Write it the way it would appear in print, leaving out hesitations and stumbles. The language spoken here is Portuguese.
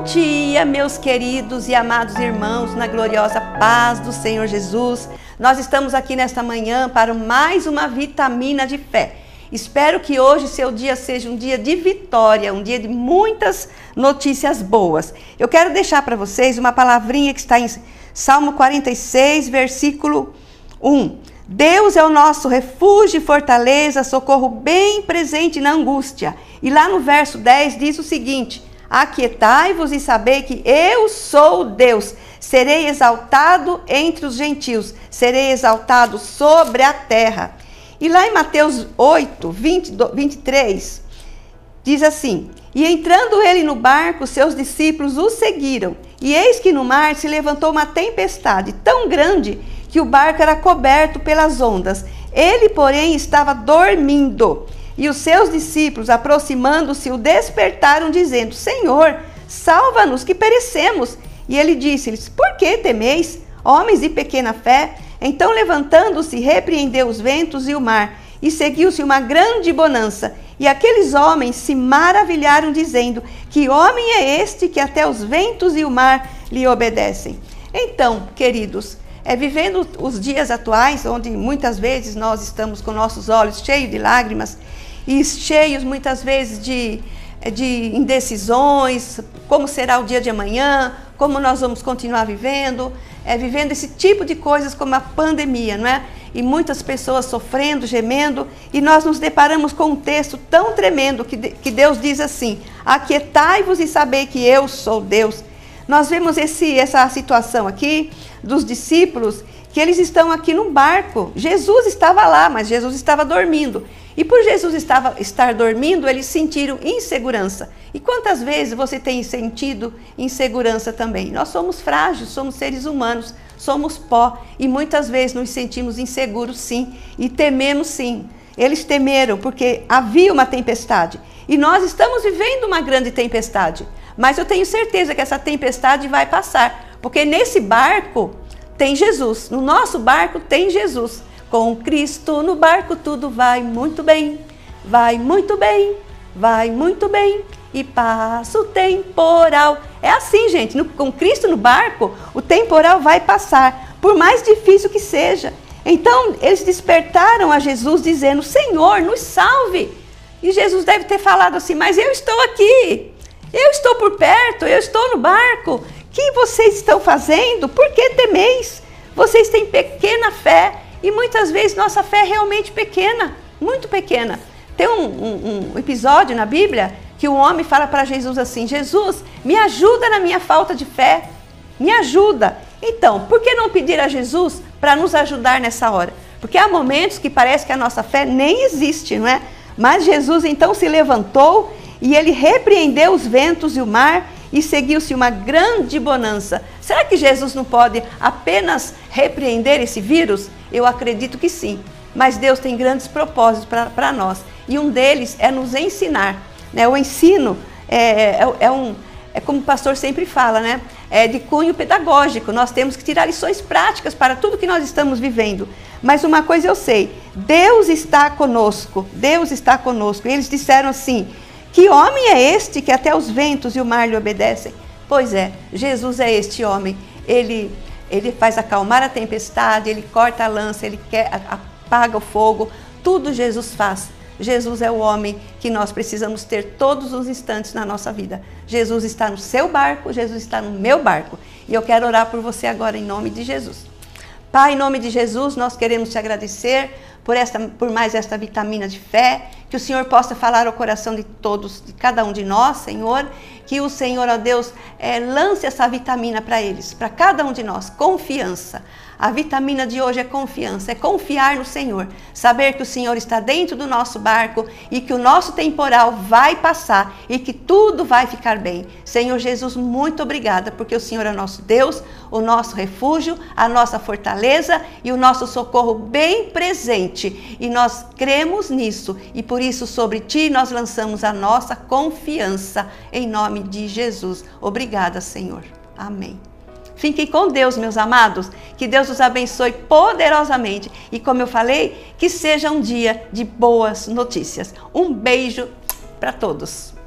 Bom dia, meus queridos e amados irmãos, na gloriosa paz do Senhor Jesus. Nós estamos aqui nesta manhã para mais uma vitamina de fé. Espero que hoje seu dia seja um dia de vitória, um dia de muitas notícias boas. Eu quero deixar para vocês uma palavrinha que está em Salmo 46, versículo 1. Deus é o nosso refúgio e fortaleza, socorro bem presente na angústia. E lá no verso 10 diz o seguinte: aquietai-vos e sabei que eu sou Deus, serei exaltado entre os gentios, serei exaltado sobre a terra. E lá em Mateus 8, 23, diz assim: e entrando ele no barco, seus discípulos o seguiram, e eis que no mar se levantou uma tempestade tão grande que o barco era coberto pelas ondas. Ele, porém, estava dormindo. E os seus discípulos, aproximando-se, o despertaram, dizendo: Senhor, salva-nos, que perecemos. E ele disse-lhes: por que temeis, homens de pequena fé? Então, levantando-se, repreendeu os ventos e o mar, e seguiu-se uma grande bonança. E aqueles homens se maravilharam, dizendo: que homem é este que até os ventos e o mar lhe obedecem? Então, queridos, vivendo os dias atuais, onde muitas vezes nós estamos com nossos olhos cheios de lágrimas e cheios muitas vezes de indecisões, como será o dia de amanhã, como nós vamos continuar vivendo, vivendo esse tipo de coisas como a pandemia, não é? E muitas pessoas sofrendo, gemendo, e nós nos deparamos com um texto tão tremendo que Deus diz assim: aquietai-vos e sabei que eu sou Deus. Nós vemos essa situação aqui dos discípulos, que eles estão aqui no barco. Jesus estava lá, mas Jesus estava dormindo. E por Jesus estar dormindo, eles sentiram insegurança. E quantas vezes você tem sentido insegurança também? Nós somos frágeis, somos seres humanos, somos pó. E muitas vezes nos sentimos inseguros, sim. E tememos, sim. Eles temeram porque havia uma tempestade. E nós estamos vivendo uma grande tempestade. Mas eu tenho certeza que essa tempestade vai passar. Porque nesse barco tem Jesus. No nosso barco tem Jesus. Com Cristo no barco tudo vai muito bem. Vai muito bem. Vai muito bem. E passa o temporal. É assim, gente. Com Cristo no barco, o temporal vai passar. Por mais difícil que seja. Então, eles despertaram a Jesus dizendo: Senhor, nos salve. E Jesus deve ter falado assim: mas eu estou aqui. Eu estou por perto. Eu estou no barco. O que vocês estão fazendo? Por que temeis? Vocês têm pequena fé. E muitas vezes nossa fé é realmente pequena, muito pequena. Tem um episódio na Bíblia que um homem fala para Jesus assim: Jesus, me ajuda na minha falta de fé, me ajuda. Então, por que não pedir a Jesus para nos ajudar nessa hora? Porque há momentos que parece que a nossa fé nem existe, não é? Mas Jesus então se levantou e ele repreendeu os ventos e o mar e seguiu-se uma grande bonança. Será que Jesus não pode apenas repreender esse vírus? Eu acredito que sim, mas Deus tem grandes propósitos para nós. E um deles é nos ensinar, né? O ensino é como o pastor sempre fala, né? É de cunho pedagógico. Nós temos que tirar lições práticas para tudo que nós estamos vivendo. Mas uma coisa eu sei: Deus está conosco. Deus está conosco. E eles disseram assim: que homem é este que até os ventos e o mar lhe obedecem? Pois é, Jesus é este homem. Ele faz acalmar a tempestade, ele corta a lança, ele apaga o fogo. Tudo Jesus faz. Jesus é o homem que nós precisamos ter todos os instantes na nossa vida. Jesus está no seu barco, Jesus está no meu barco. E eu quero orar por você agora em nome de Jesus. Pai, em nome de Jesus, nós queremos te agradecer por mais esta vitamina de fé, que o Senhor possa falar ao coração de todos, de cada um de nós, Senhor, que o Senhor, ó Deus, lance essa vitamina para eles, para cada um de nós, confiança. A vitamina de hoje é confiança, é confiar no Senhor, saber que o Senhor está dentro do nosso barco e que o nosso temporal vai passar e que tudo vai ficar bem. Senhor Jesus, muito obrigada, porque o Senhor é nosso Deus, o nosso refúgio, a nossa fortaleza e o nosso socorro bem presente. E nós cremos nisso e por isso sobre Ti nós lançamos a nossa confiança em nome de Jesus. Obrigada, Senhor. Amém. Fiquem com Deus, meus amados, que Deus os abençoe poderosamente e, como eu falei, que seja um dia de boas notícias. Um beijo para todos.